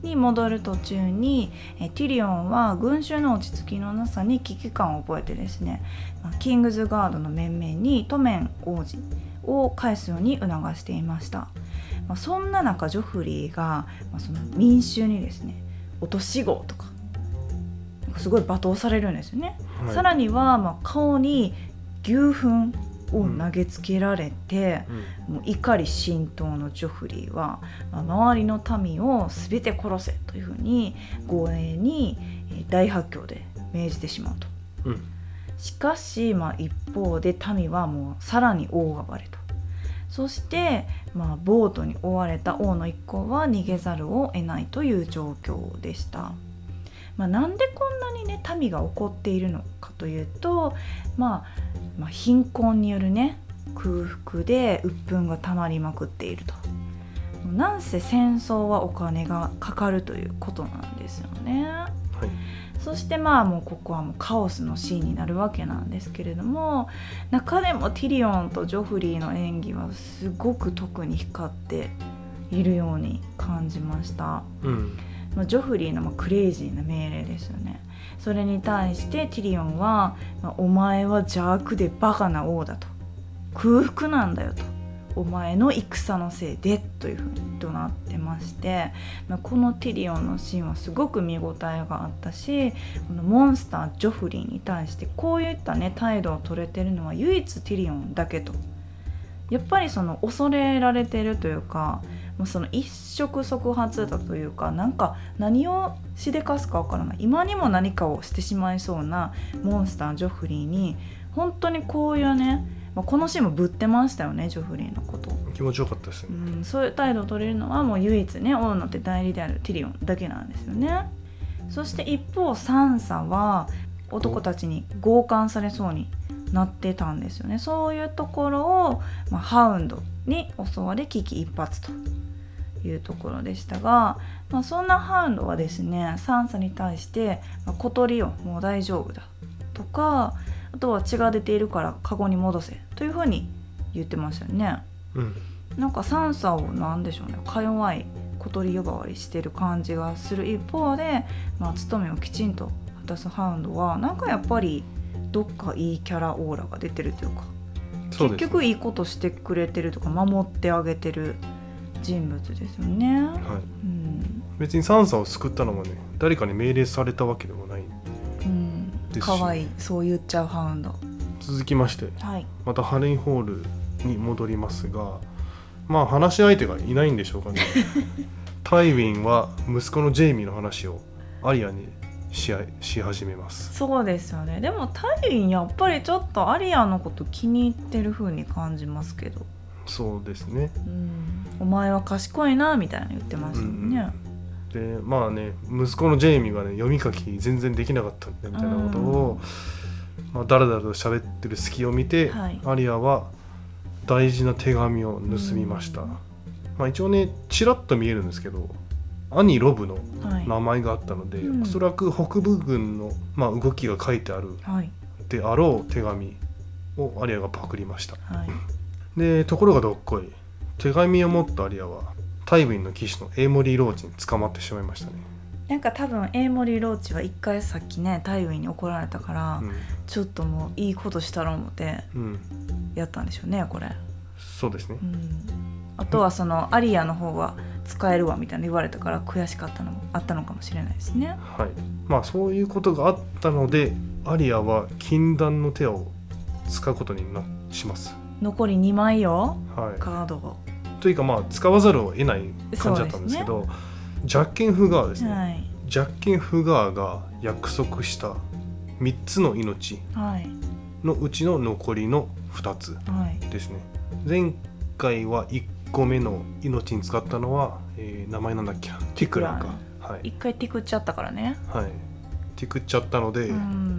に戻る途中にえティリオンは群衆の落ち着きのなさに危機感を覚えてですね、まあ、キングズガードの面々にトメン王子を返すように促していました。まあ、そんな中ジョフリーが、まあ、その民衆にですね、落とし子とかすごい罵倒されるんですよね、はい、さらには、まあ、顔に牛糞を投げつけられて、うん、もう怒り心頭のジョフリーは、まあ、周りの民を全て殺せというふうに護衛に大発狂で命じてしまうと、うん、しかし、まあ、一方で民はもうさらに大暴れと。そして、まあ、ボートに追われた王の一行は逃げざるを得ないという状況でした。まあ、なんでこんなにね民が怒っているのかというと、まあ、まあ貧困によるね空腹で鬱憤がたまりまくっていると。なんせ戦争はお金がかかるということなんですよね、はい、そしてまあもうここはもうカオスのシーンになるわけなんですけれども、中でもティリオンとジョフリーの演技はすごく特に光っているように感じました、うん、ジョフリーのクレイジーな命令ですよね。それに対してティリオンは、お前は邪悪でバカな王だと、空腹なんだよと、お前の戦のせいでというふうに怒鳴ってまして、このティリオンのシーンはすごく見応えがあったし、このモンスタージョフリーに対してこういったね態度を取れてるのは唯一ティリオンだけと。やっぱりその恐れられてるというか、もうその一触即発だというか、なんか何をしでかすかわからない、今にも何かをしてしまいそうなモンスタージョフリーに本当にこういうね、まあ、このシーンもぶってましたよね、ジョフリーのこと。 気持ちよかったですね、 うん、そういう態度を取れるのはもう唯一ね王の手代理であるティリオンだけなんですよね。そして一方サンサは男たちに強姦されそうになってたんですよね。そういうところを、まあ、ハウンドに襲われ危機一髪というところでしたが、まあ、そんなハウンドはですねサンサに対して、まあ、小鳥よもう大丈夫だとか、あとは血が出ているからカゴに戻せというふうに言ってましたよね、うん、なんかサンサをなんでしょうね、か弱い小鳥呼ばわりしてる感じがする一方で、まあ、務めをきちんと果たすハウンドはなんかやっぱりどっかいいキャラオーラが出てるというか、そうですね、結局いいことしてくれてるとか守ってあげてる人物ですよね、はい、 うん、別にサンサを救ったのもね誰かに命令されたわけでもないですし、 かわいい、そう言っちゃうハウンド。 続きまして、 はい、 またハレンホールに戻りますが、まあ話し相手がいないんでしょうかねタイウィンは息子のジェイミーの話をアリアにし, し始めます。 そうですよね。でもタイウィンやっぱりちょっとアリアのこと気に入ってる風に感じますけど。 そうですね、 うん、お前は賢いなみたいな言ってましたもんね、 うん、でまあね息子のジェイミーがね読み書き全然できなかったんだみたいなことを、まあ、だらだらと喋ってる隙を見て、はい、アリアは大事な手紙を盗みました、まあ、一応ねちらっと見えるんですけど兄ロブの名前があったので、はい、おそらく北部軍の、まあ、動きが書いてあるであろう手紙をアリアがパクりました、はい、でところがどっこい、手紙を持ったアリアはタイウィンの騎士のエイモリー・ローチに捕まってしまいましたね。 なんか多分エイモリー・ローチは一回さっきねタイウィンに怒られたから、うん、ちょっともういいことしたろう思ってやったんでしょうね、これ。 そうですね、うん、 あとはそのアリアの方は使えるわみたいな言われたから悔しかったのもあったのかもしれないですね。 はい、まあそういうことがあったのでアリアは禁断の手を使うことになします。 残りにまいよ、 はい、 カードをというかまあ使わざるを得ない感じだったんですけど、ジャッケン・フガーですね、はい、ジャッケン・フガーが約束したみっつの命のうちの残りのふたつですね、はい、前回はいっこめの命に使ったのは、えー、名前なんだっけ、ティクラーか、はい、 一回ティクっちゃったからね、 はい、ティクっちゃったので、うん、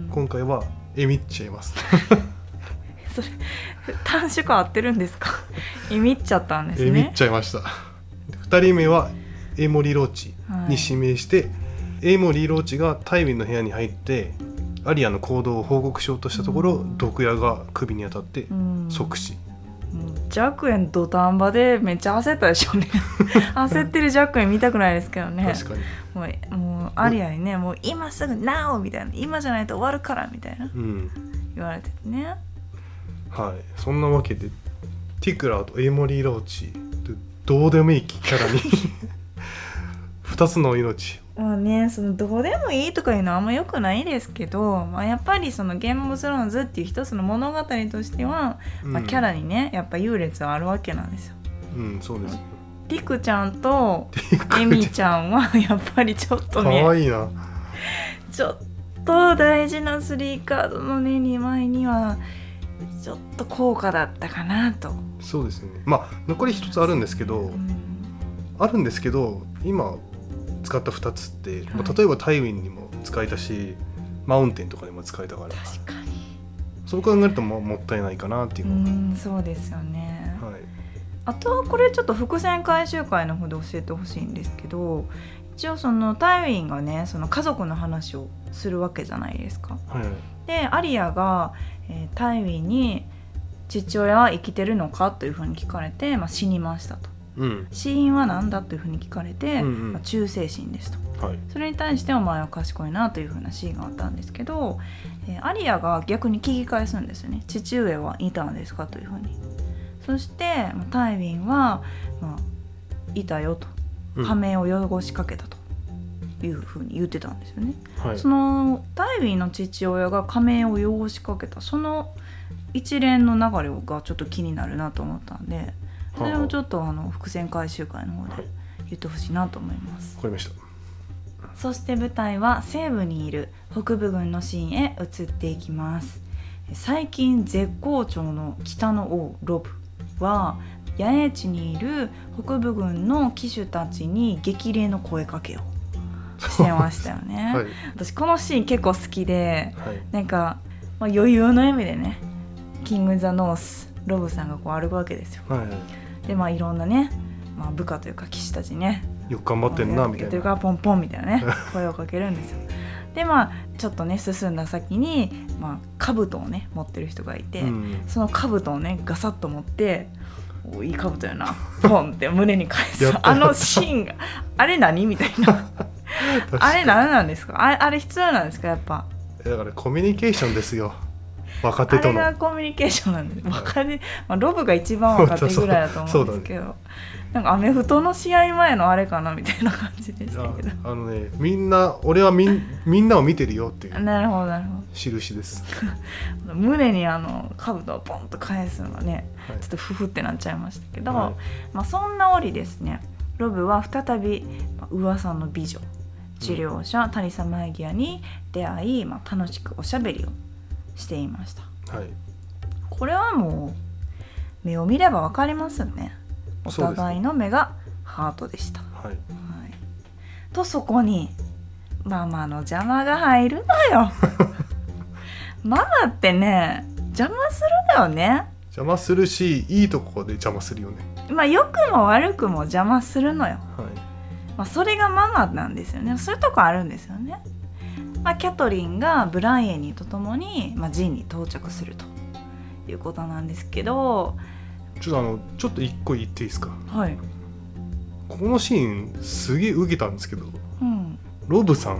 今回はエミっちゃいますそれ短縮合ってるんですかエミっちゃったんですね。 エミっちゃいました。ふたりめはエイモリー・ローチに指名して、はい、エイモリー・ローチがタイウィンの部屋に入ってアリアの行動を報告しようとしたところ、うん、毒矢が首に当たって即死、 うん、ジャクエン土壇場でめっちゃ焦ったでしょうね焦ってるジャクエン見たくないですけどね。 確かにもう、もうアリアにね、もう今すぐ ナウ みたいな、今じゃないと終わるからみたいな、うん、言われててね。 はい、そんなわけでティクラーとエイモリー・ローチどうでもいいキャラにふたつの命。 まあね、そのどうでもいいとかいうのはあんま良くないですけど、まあ、やっぱりそのゲームオブスローンズっていう一つの物語としては、うん、まあ、キャラにねやっぱ優劣はあるわけなんですよ。 うん、そうです。 ティクちゃんとエミちゃんはやっぱりちょっとね、 かわいいな。 ちょっと大事なスリーカードのねにまいにはちょっと高価だったかなと。 そうですね。まあ残りひとつあるんですけど、うん、あるんですけど今使ったふたつって、はい、まあ、例えばタイウィンにも使えたしマウンテンとかにも使えたから、 確かにそう考えると も, もったいないかなっていうのは。 うん、そうですよね、 はい、 あとはこれちょっと伏線回収会の方で教えてほしいんですけど、一応そのタイウィンがねその家族の話をするわけじゃないですか、 はい、 でアリアが、えー、タイウィンに父親は生きてるのかというふうに聞かれて、まあ、死にましたと、うん、死因は何だというふうに聞かれて、うんうん、まあ、忠誠心ですと、はい、それに対してお前は賢いなというふうなシーンがあったんですけど、えー、アリアが逆に聞き返すんですよね。父上はいたんですかというふうに。そして、まあ、タイウィンは、まあ、いたよと、仮面を汚しかけたというふうに言ってたんですよね、はい、そのタイウィンの父親が仮面を汚しかけたその一連の流れがちょっと気になるなと思ったんで、それをちょっとあの伏線回収会の方で言ってほしいなと思います。 わかりました。 そして舞台は西部にいる北部軍のシーンへ移っていきます。最近絶好調の北の王ロブは野営地にいる北部軍の騎手たちに激励の声かけをしてましたよね、はい、私このシーン結構好きで、はい、なんか、まあ、余裕の笑みでねキング・ザ・ノースロブさんがこう歩くわけですよ、はいはい、でまあいろんなね、まあ、部下というか騎士たちにねよく頑張ってんなみたいな、 からポンポンみたいなね声をかけるんですよ。でまあちょっとね進んだ先に、まあ、兜をね持ってる人がいて、うん、その兜をねガサッと持っておいい兜やなポンって胸に返すあのシーンがあれ何みたいなあれ何なんですか、あれ、あれ必要なんですかやっぱ。 だからコミュニケーションですよ若手との。 あれがコミュニケーションなんで、若手、まあ、ロブが一番若手ぐらいだと思うんですけど、ね、なんかアメフトの試合前のあれかなみたいな感じでしたけど、 あのねみんな俺はみんみんなを見てるよっていうなるほどなるほど印です胸にあの兜をポンと返すのがね、はい、ちょっとフフってなっちゃいましたけど、はい、まあ、そんな折ですねロブは再び、まあ、噂の美女治療者、うん、タリサ・マイギアに出会い、まあ、楽しくおしゃべりをしていました、はい、これはもう目を見れば分かりますよね。お互いの目がハートでした、はいはい、とそこにママの邪魔が入るのよママってね邪魔するのよね。 邪魔するしいいとこで邪魔するよね。 まあ良くも悪くも邪魔するのよ、はい、まあ、それがママなんですよね。そういうとこあるんですよね。まあ、キャトリンがブランエニーとともに、まあ、ジンに到着するということなんですけど、 ちょっとあのちょっと一個言っていいですか。 はい。 このシーンすげえ受けたんですけど、 うん、 ロブさん、うん、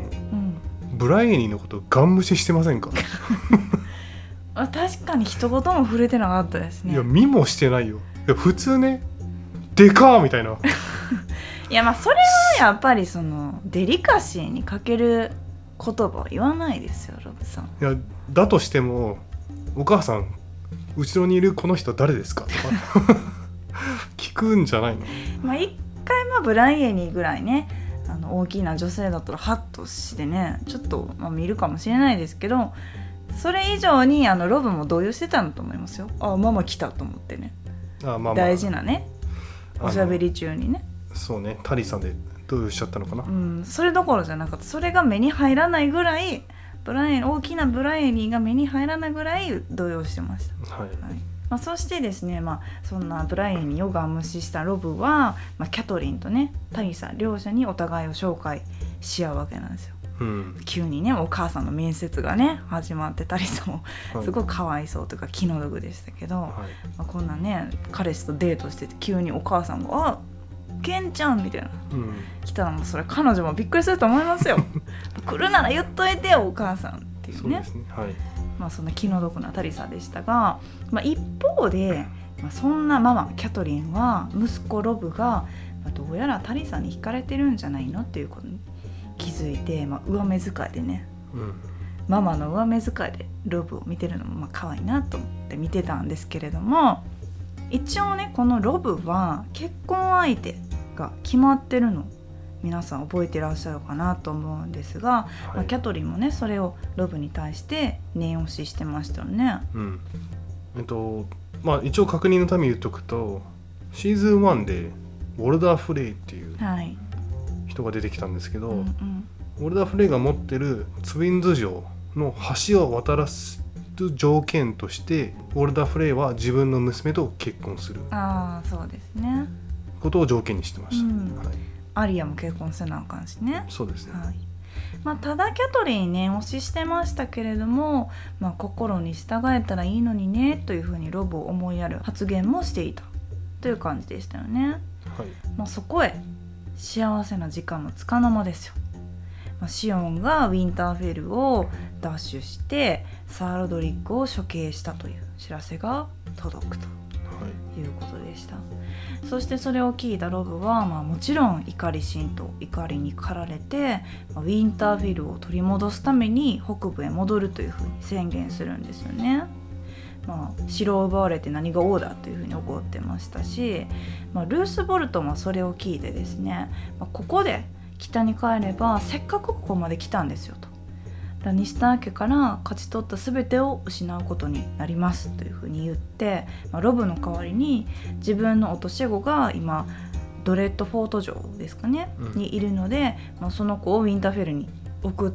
ブランエニーのことガン無視してませんか確かに一言も触れてなかったですね。 いや見もしてないよ。いや普通ねでかーみたいな。 いやまあそれはやっぱりそのデリカシーに欠ける言葉は言わないですよロブさん。 いやだとしてもお母さん後ろにいるこの人誰ですかとか聞くんじゃないの。 まあ一回まあブランエニーぐらいねあのの大きな女性だったらハッとしてねちょっと、まあ、見るかもしれないですけど、それ以上にあのロブも動揺してたんだと思いますよ。あママ来たと思ってね。 あまあまあ大事なねおしゃべり中にね。 そうね、タリさんで動揺しちゃったのかな。 うん、それどころじゃなかった。それが目に入らないぐらいブライエ大きなブライエリーが目に入らないぐらい動揺してました。 はい、 はいまあ、そしてですね、まあ、そんなブライエリーをガン無視したロブは、まあ、キャトリンとねタリサ両者にお互いを紹介し合うわけなんですよ。 うん、 急にねお母さんの面接がね始まって、タリサもすごいかわいそうというか気の毒でしたけど、はいまあ、こんなね彼氏とデートしてて急にお母さんが「あケンちゃん」みたいな、うん、来たらもうそれ彼女もびっくりすると思いますよ来るなら言っといてよお母さんっていうね。 そうですね、はいまあ、そんな気の毒なタリサでしたが、まあ、一方で、まあ、そんなママキャトリンは息子ロブが、まあ、どうやらタリサに惹かれてるんじゃないのっていうことに気づいて、まあ、上目遣いでね、うん、ママの上目遣いでロブを見てるのもまあ可愛いなと思って見てたんですけれども、一応ねこのロブは結婚相手が決まってるの皆さん覚えてらっしゃるかなと思うんですが、はいまあ、キャトリンもねそれをロブに対して念押ししてましたよね。 うんえっとまあ、一応確認のために言っとくとシーズンワンでウォルダー・フレイっていう人が出てきたんですけど、はいうんうん、ウォルダー・フレイが持ってるツインズ城の橋を渡らす条件としてウォルダー・フレイは自分の娘と結婚するあーそうですねことを条件にしてました、うんはいアリアも結婚せなあかんしね。 そうですね、 はいまあ、ただキャトリンに念押ししてましたけれども、まあ、心に従えたらいいのにねというふうにロブを思いやる発言もしていたという感じでしたよね、はいまあ、そこへ幸せな時間もつかの間ですよ、まあ、シオンがウィンターフェルを奪取してサーロドリックを処刑したという知らせが届くということでした、はいそしてそれを聞いたロブは、まあ、もちろん怒り心頭怒りに駆られて、まあ、ウィンターフィルを取り戻すために北部へ戻るというふうに宣言するんですよね、まあ、城を奪われて何が王だというふうに怒ってましたし、まあ、ルース・ボルトンはそれを聞いてですね、まあ、ここで北に帰ればせっかくここまで来たんですよとラニスター家から勝ち取った全てを失うことになりますというふうに言って、まあ、ロブの代わりに自分の落とし子が今ドレッドフォート城ですかね、うん、にいるので、まあ、その子をウィンターフェルに送って、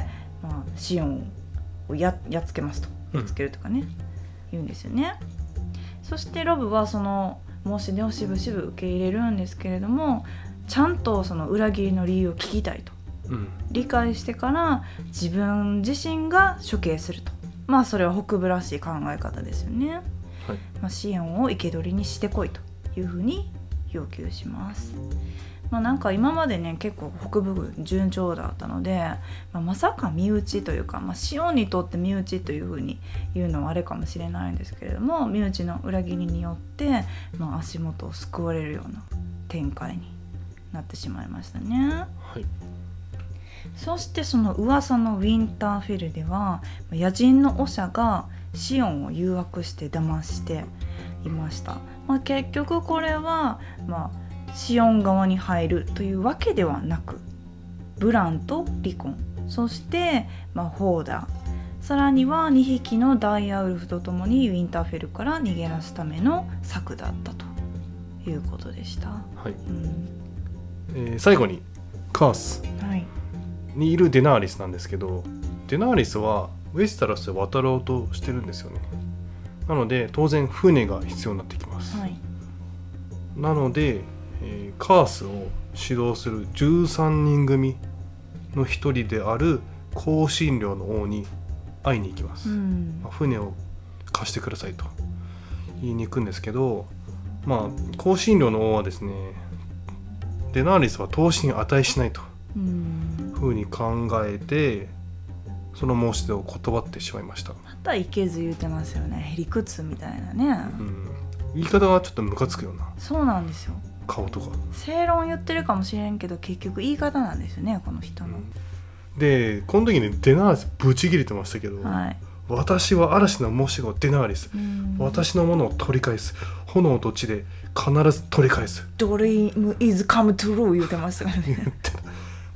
まあ、シオンを や, やっつけますとやっつけるとかね、うん、言うんですよね。そしてロブはその申し出をしぶしぶ受け入れるんですけれどもちゃんとその裏切りの理由を聞きたいとうん、理解してから自分自身が処刑するとまあそれは北部らしい考え方ですよね、はいまあ、シオンを生け捕りにしてこいというふうに要求します、まあ、なんか今までね結構北部軍順調だったので、まあ、まさか身内というか、まあ、シオンにとって身内というふうに言うのはあれかもしれないんですけれども身内の裏切りによって、まあ、足元を救われるような展開になってしまいましたね、はいそしてその噂のウィンターフェルでは野人のオシャがシオンを誘惑して騙していました、まあ、結局これは、まあ、シオン側に入るというわけではなくブランと離婚そして、まあ、ホーダーさらにはにひきのダイヤウルフとともにウィンターフェルから逃げ出すための策だったということでした、はいうんえー、最後にカース、はいにいるデナーリスなんですけどデナーリスはウェスタロスで渡ろうとしてるんですよね。なので当然船が必要になってきます、はい、なので、えー、カースを指導するじゅうさんにん組の一人である香辛料の王に会いに行きます、うんまあ、船を貸してくださいと言いに行くんですけど、まあ香辛料の王はですねデナーリスは投資に値しないとうんふうに考えてその申し出を断ってしまいました。 またいけず言うてますよね。へりくつみたいなね、 うん、言い方がちょっとムカつくような。 そうなんですよ。 顔とか正論言ってるかもしれんけど結局言い方なんですよねこの人の、うん、 でこの時にデナーリスブチ切れてましたけど、はい、私は嵐の申し子デナーリス、私のものを取り返す、炎と血で必ず取り返す、 ドリームイズカムトゥルー言ってましたからね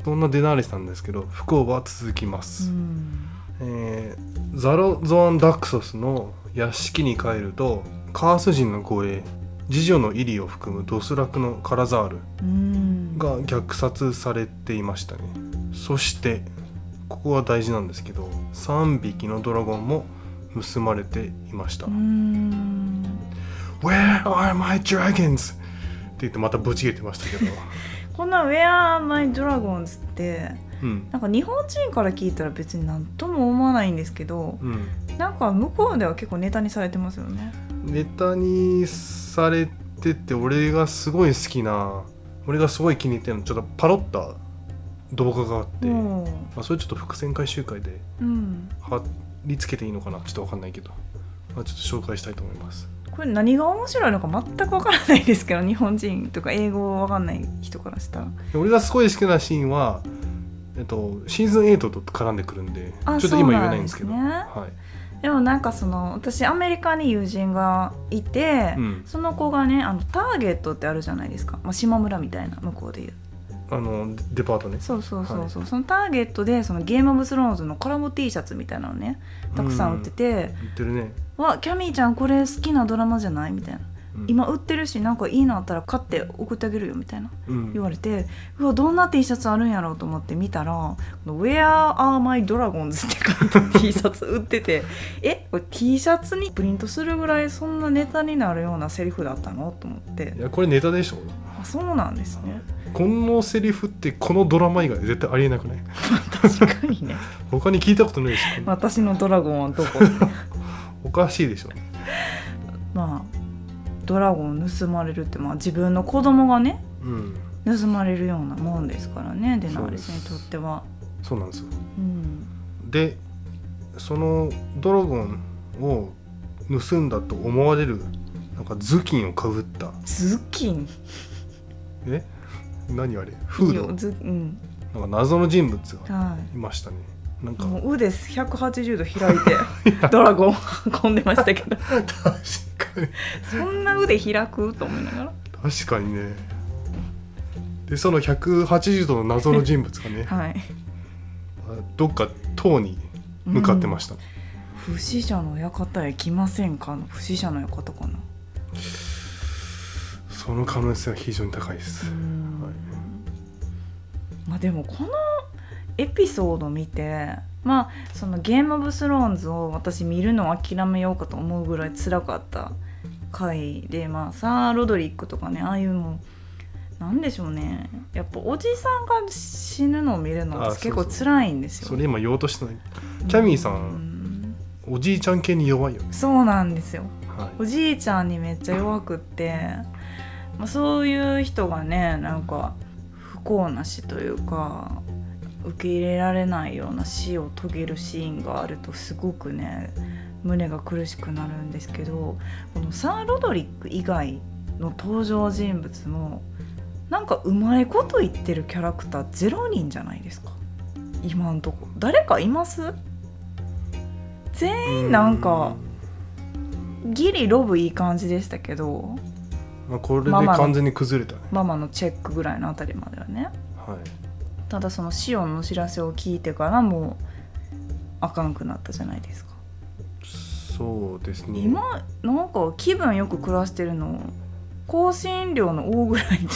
そんなデナーレスなんですけど、不幸は続きまうす、 んえーザロゾアン・ダクソスの屋敷に帰ると、カース人の護衛次女のイリを含むドスラクのカラザールうんが虐殺されていましたね。そしてここは大事なんですけど、さんびきのドラゴンも盗まれていました。 うん Where are my dragons? って言ってまたブチ切れてましたけどこんな Where are my dragons ってうんなんか日本人から聞いたら別に何とも思わないんですけど、 うん、 なんか向こうでは結構ネタにされてますよね。 ネタにされてて、俺がすごい好きな、俺がすごい気に入ってるのちょっとパロった動画があって、 うんまあ、それちょっと伏線回収会でうん貼り付けていいのかな、ちょっと分かんないけど、まあ、ちょっと紹介したいと思います。 これ何が面白いのか全く分からないですけど、日本人とか英語分かんない人からしたら。 俺がすごい好きなシーンは、えっと、シーズンエイトと絡んでくるんで、 あ、 ちょっと今言えないんですけど、 そうなんですね。 はい、 でもなんかその私アメリカに友人がいて、 うん、 その子がね、あのターゲットってあるじゃないですか、まあ、島村みたいな向こうでいう、 あのデパートね。 そうそうそうそう、はい、そのターゲットでそのゲームオブスローンズのコラボ T シャツみたいなのねたくさん売ってて、 うん、売ってるね。 わ、キャミーちゃんこれ好きなドラマじゃないみたいな、うん、今売ってるしなんかいいのあったら買って送ってあげるよみたいな、うん、言われて、うわどんな T シャツあるんやろうと思って見たら Where are my dragons って書いた T シャツ売っててえこれ T シャツにプリントするぐらいそんなネタになるようなセリフだったのと思って。 いやこれネタでしょ。 あ、そうなんですね。 このセリフってこのドラマ以外絶対ありえなくない？ 確かにね他に聞いたことないし私のドラゴンはどこおかしいでしょ。 まあドラゴン盗まれるって、まあ、自分の子供がね、うん、盗まれるようなもんですからね、デナーレスにとっては。 そうなんですよ、 うん、 でそのドラゴンを盗んだと思われるなんか頭巾をかぶった頭巾え何あれフード、 うん、 なんか謎の人物がいましたね、はい、なんかもう腕ひゃくはちじゅうど開いてドラゴン運んでましたけど確かにそんな腕開くと思いながら。 確かにね。でそのひゃくはちじゅうどの謎の人物がね、 はい、 どっか塔に向かってました、 うん、不死者の館へ来ませんかの不死者の館かな。 その可能性は非常に高いです、はい、 まあでもこのエピソード見て、まあそのゲームオブスローンズを私見るのを諦めようかと思うぐらい辛かった回で、まあサー・ロドリックとかね、ああいうのなんでしょうね、やっぱおじさんが死ぬのを見るのって結構辛いんですよ。 それ今言おうとしてない。キャミーさん、うん、おじいちゃん系に弱いよね。 そうなんですよ、 はい、 おじいちゃんにめっちゃ弱くって、まあ、そういう人がねなんか不幸な死というか受け入れられないような死を遂げるシーンがあるとすごくね胸が苦しくなるんですけど、このサー・ロドリック以外の登場人物もなんかうまいこと言ってるキャラクターゼロにんじゃないですか今んとこ。誰かいます？全員なんかギリロブいい感じでしたけど、 まあ、これで完全に崩れたね。 ママのチェックぐらいのあたりまではね、 はい、 ただそのシオンの知らせを聞いてからもうあかんくなったじゃないですか。 そうですね。 今なんか気分よく暮らしてるの香辛料の大ぐらいちゃい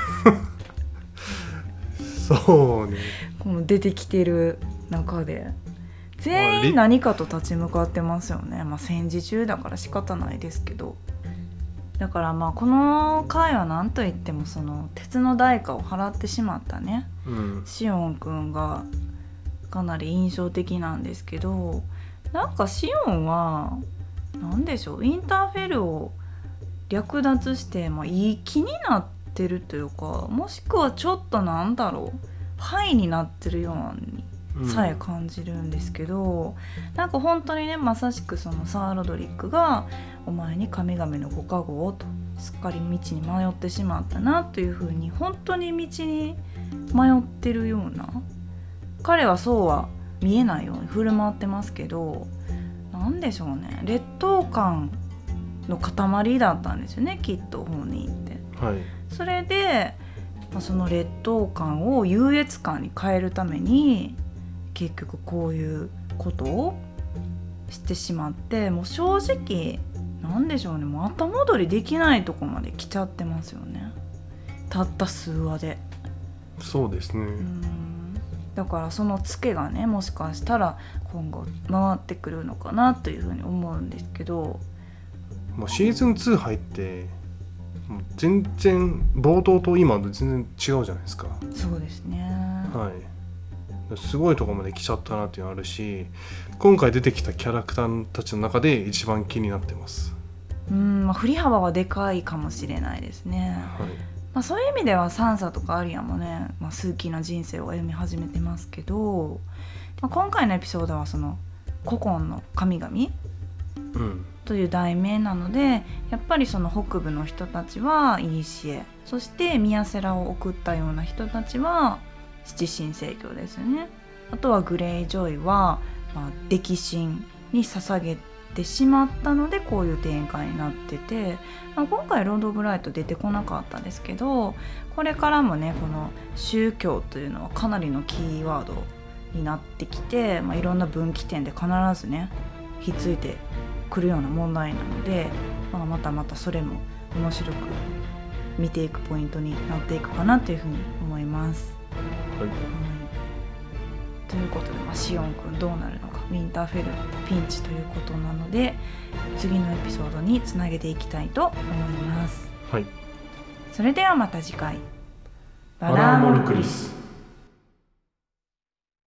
ますそうね。 この出てきてる中で全員何かと立ち向かってますよね。まあ戦時中だから仕方ないですけど、だからまあこの回は何といってもその鉄の代価を払ってしまったね、うん、シオンくんがかなり印象的なんですけど、なんかシオンは何でしょう、インターフェルを略奪して、まあ、いい気になってるというか、もしくはちょっとなんだろうハイになってるようにさえ感じるんですけど、うん、なんか本当にねまさしくそのサー・ロドリックがお前に神々のご加護をとすっかり道に迷ってしまったなというふうに本当に道に迷ってるような、彼はそうは見えないように振る舞ってますけど、なんでしょうね、劣等感の塊だったんですよねきっと本人って、 はい、 それでまあ、その劣等感を優越感に変えるために結局こういうことをしてしまって、もう正直なんでしょうね、もう後戻りできないとこまで来ちゃってますよね、たった数話で。 そうですね。 うんだからそのツケがね、もしかしたら今後回ってくるのかなというふうに思うんですけど、 もうシーズンツー入ってもう全然冒頭と今と全然違うじゃないですか。 そうですね、 はい、すごいところまで来ちゃったなっていうのあるし、今回出てきたキャラクターたちの中で一番気になってます。 うん、まあ、振り幅はでかいかもしれないですね、 はいまあ、そういう意味ではサンサとかアリアもね、まあ、数奇な人生を歩み始めてますけど、まあ、今回のエピソードはその古今の神々 うんという題名なので、やっぱりその北部の人たちは古、そしてミヤセラを送ったような人たちは七神聖教ですよね。あとはグレイジョイは、まあ、溺神に捧げてしまったのでこういう展開になってて、まあ、今回ロード・オブ・ライト出てこなかったですけど、これからもねこの宗教というのはかなりのキーワードになってきて、まあ、いろんな分岐点で必ずねひっついてくるような問題なので、まあ、またまたそれも面白く見ていくポイントになっていくかなというふうに思います、 はいはい、ということで、まあ、シオンくんどうなるのか、ウィンターフェルピンチということなので次のエピソードにつなげていきたいと思います、 はい、 それではまた次回。 バラーモルクリス。